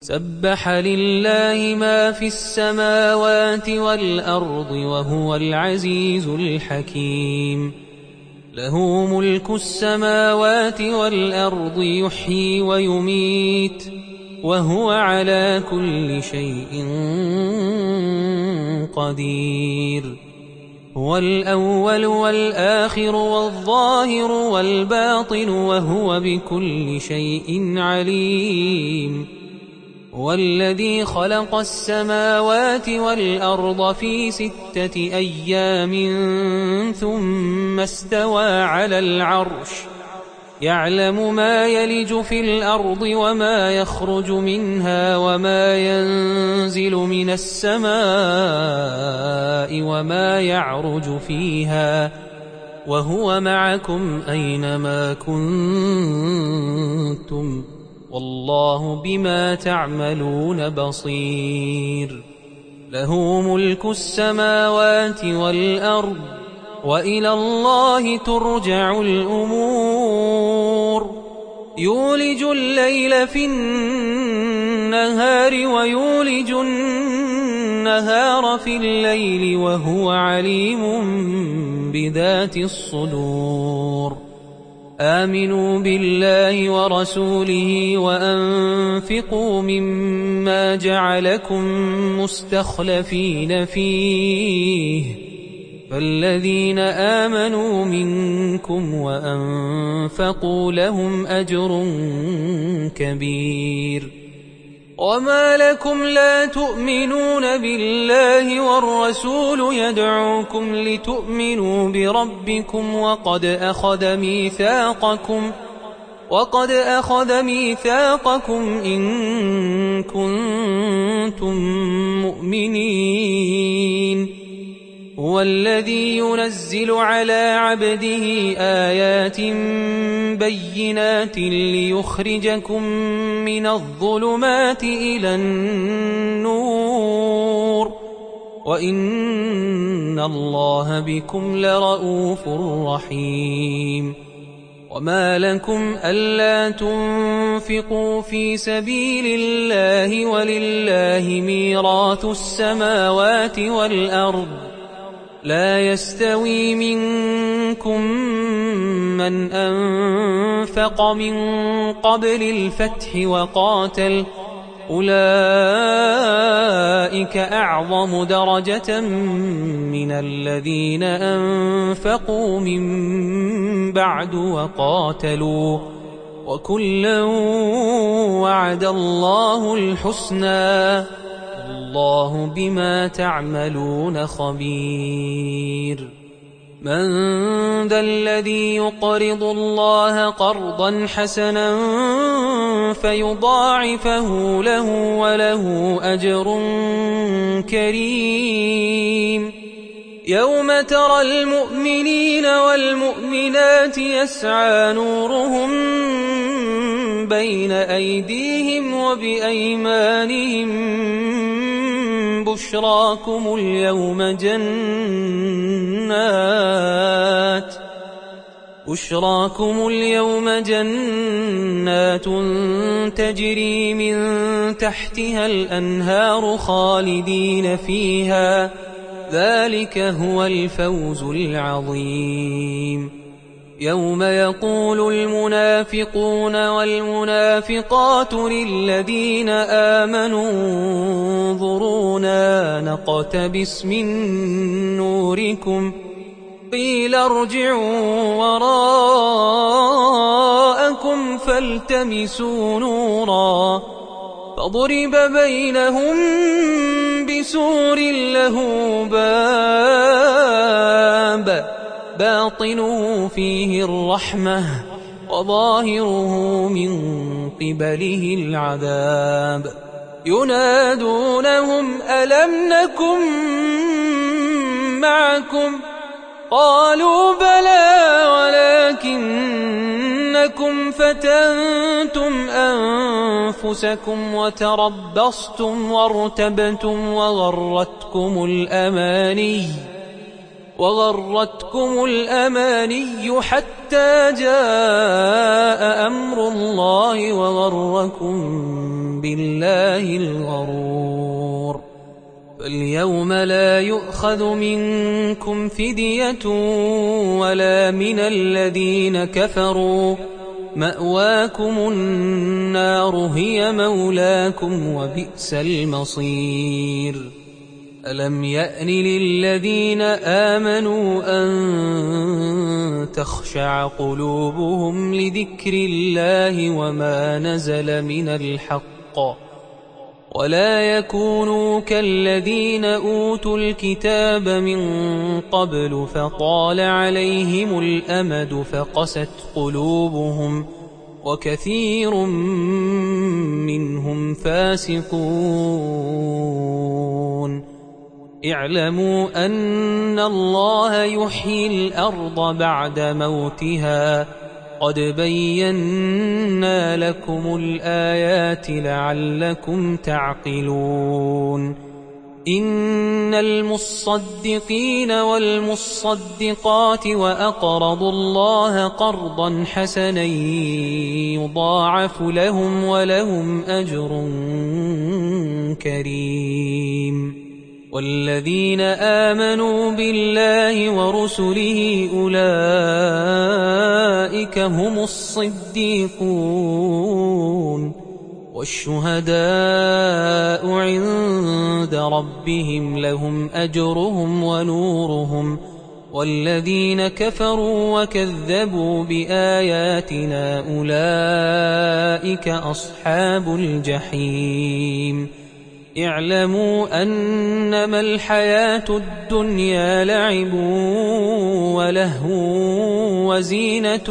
سبح لله ما في السماوات والأرض وهو العزيز الحكيم. له ملك السماوات والأرض يحيي ويميت وهو على كل شيء قدير. هو الأول والآخر والظاهر والباطن وهو بكل شيء عليم. هو الذي خلق السماوات والأرض في 6 أيام ثم استوى على العرش يعلم ما يلج في الأرض وما يخرج منها وما ينزل من السماء وما يعرج فيها وهو معكم أينما كنتم والله بما تعملون بصير. له ملك السماوات والأرض وإلى الله ترجع الأمور. يولج الليل في النهار ويولج النهار في الليل وهو عليم بذات الصدور. آمنوا بالله ورسوله وأنفقوا مما جعلكم مستخلفين فيه فالذين آمنوا منكم وأنفقوا لهم أجر كبير. وما لكم لا تؤمنون بالله والرسول يدعوكم لتؤمنوا بربكم وقد أخذ ميثاقكم إن كنتم مؤمنين. هو الذي ينزل على عبده آيات بينات ليخرجكم من الظلمات إلى النور وإن الله بكم لرؤوف رحيم. وما لكم ألا تنفقوا في سبيل الله ولله ميراث السماوات والأرض لا يستوي منكم من أنفق من قبل الفتح وقاتل أولئك أعظم درجة من الذين أنفقوا من بعد وقاتلوا وكلا وعد الله الحسنى والله بما تعملون خبير. من ذا الذي يقرض الله قرضا حسنا فيضاعفه له وله أجر كريم. يوم ترى المؤمنين والمؤمنات يسعى نورهم بين أيديهم وبأيمانهم بشراكم اليوم جنات تجري من تحتها الأنهار خالدين فيها ذلك هو الفوز العظيم. يوم يقول المنافقون والمنافقات للذين آمنوا انظرونا نقتبس من نوركم قيل ارجعوا وراءكم فالتمسوا نورا فضرب بينهم بسور له باب باطنه فيه الرحمة وظاهره من قبله العذاب. ينادونهم ألم نكن معكم قالوا بلى ولكنكم فتنتم أنفسكم وتربصتم وارتبتم وغرتكم الأماني حتى جاء أمر الله وغركم بالله الغرور. فاليوم لا يؤخذ منكم فدية ولا من الذين كفروا، مأواكم النار هي مولاكم وبئس المصير. ألم يأن للذين آمنوا أن تخشع قلوبهم لذكر الله وما نزل من الحق، ولا يكونوا كالذين أوتوا الكتاب من قبل فطال عليهم الأمد فقست قلوبهم وكثير منهم فاسقون. اعلموا أن الله يحيي الأرض بعد موتها، قد بينا لكم الآيات لعلكم تعقلون. إن المصدقين والمصدقات وأقرضوا الله قرضا حسنا يضاعف لهم ولهم أجر كريم. والذين آمنوا بالله ورسله أولئك هم الصديقون والشهداء عند ربهم لهم أجرهم ونورهم. والذين كفروا وكذبوا بآياتنا أولئك أصحاب الجحيم. اعلموا أنما الحياة الدنيا لعب ولهو وزينة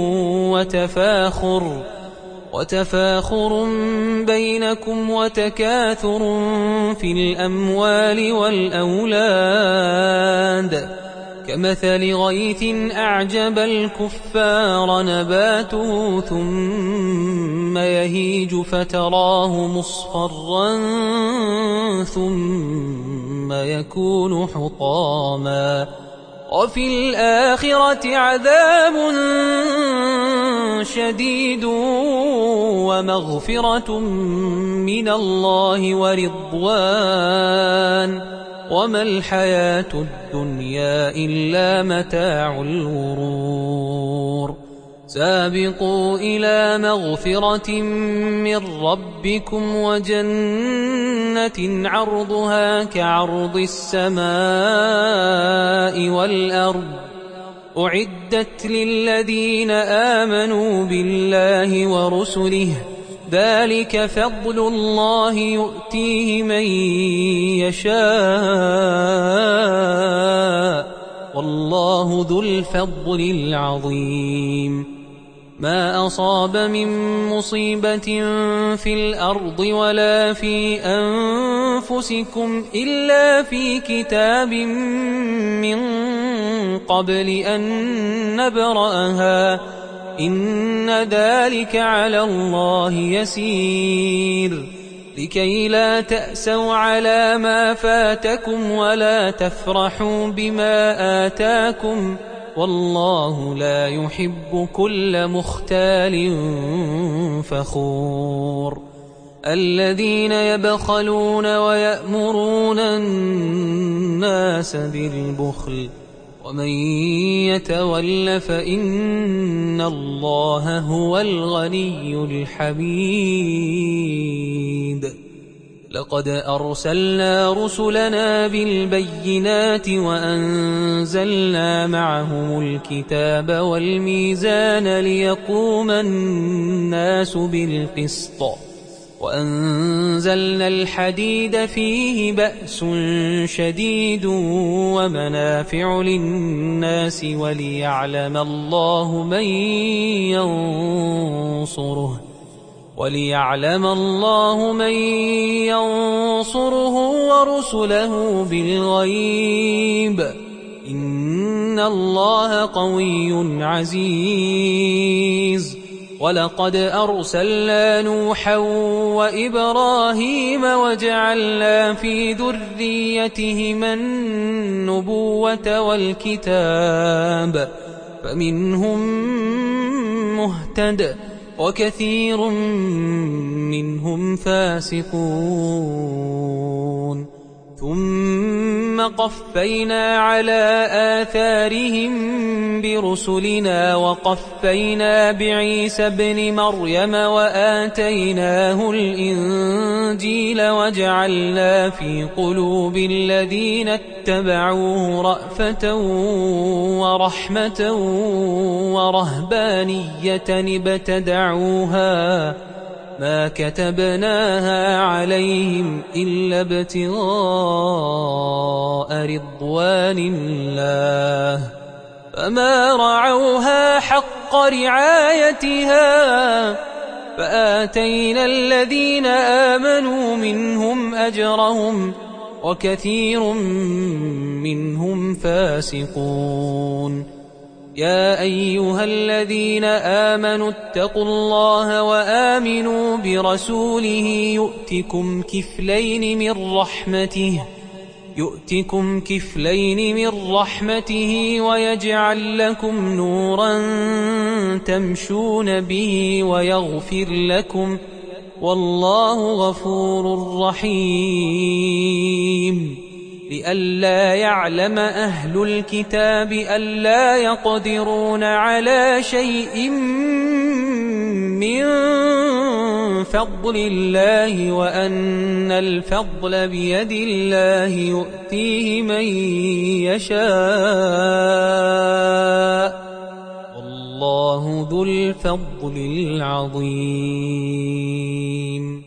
وتفاخر بينكم وتكاثر في الأموال والأولاد، كمثل غيث أعجب الكفار نباته ثم يهيج فتراه مصفرا ثم يكون حطاما، وفي الآخرة عذاب شديد ومغفرة من الله ورضوان، وما الحياة الدنيا إلا متاع الغرور. سابقوا إلى مغفرة من ربكم وجنة عرضها كعرض السماء والأرض، أعدت للذين آمنوا بالله ورسله، ذلك فضل الله يؤتيه من يشاء، والله ذو الفضل العظيم. ما أصاب من مصيبة في الأرض ولا في أنفسكم إلا في كتاب من قبل أن نبرأها، إن ذلك على الله يسير. لكي لا تأسوا على ما فاتكم ولا تفرحوا بما آتاكم، والله لا يحب كل مختال فخور. الذين يبخلون ويأمرون الناس بالبخل، ومن يتول فإن الله هو الغني الحميد. لقد أرسلنا رسلنا بالبينات وأنزلنا معهم الكتاب والميزان ليقوم الناس بالقسط، وأنزلنا الحديد فيه بأس شديد ومنافع للناس وليعلم الله من ينصره ورسله بالغيب، إن الله قوي عزيز. ولقد أرسلنا نوحا وإبراهيم وجعلنا في ذريتهما النبوة والكتاب، فمنهم مهتد وكثير منهم فاسقون ثم قفينا على آثارهم برسلنا وقفينا بعيسى ابن مريم وآتيناه الإنجيل وجعلنا في قلوب الذين اتبعوه رأفة ورحمة ورهبانية ابتدعوها ما كتبناها عليهم إلا ابتغاء رضوان الله فما رعوها حق رعايتها فآتينا الذين آمنوا منهم أجرهم وكثير منهم فاسقون يا أيها الذين آمنوا اتقوا الله وآمنوا برسوله يؤتكم كفلين من رحمته ويجعل لكم نورا تمشون به ويغفر لكم والله غفور رحيم لئلا يعلم أهل الكتاب ألا يقدرون على شيء من فضل الله وأن الفضل بيد الله يؤتيه من يشاء والله ذو الفضل العظيم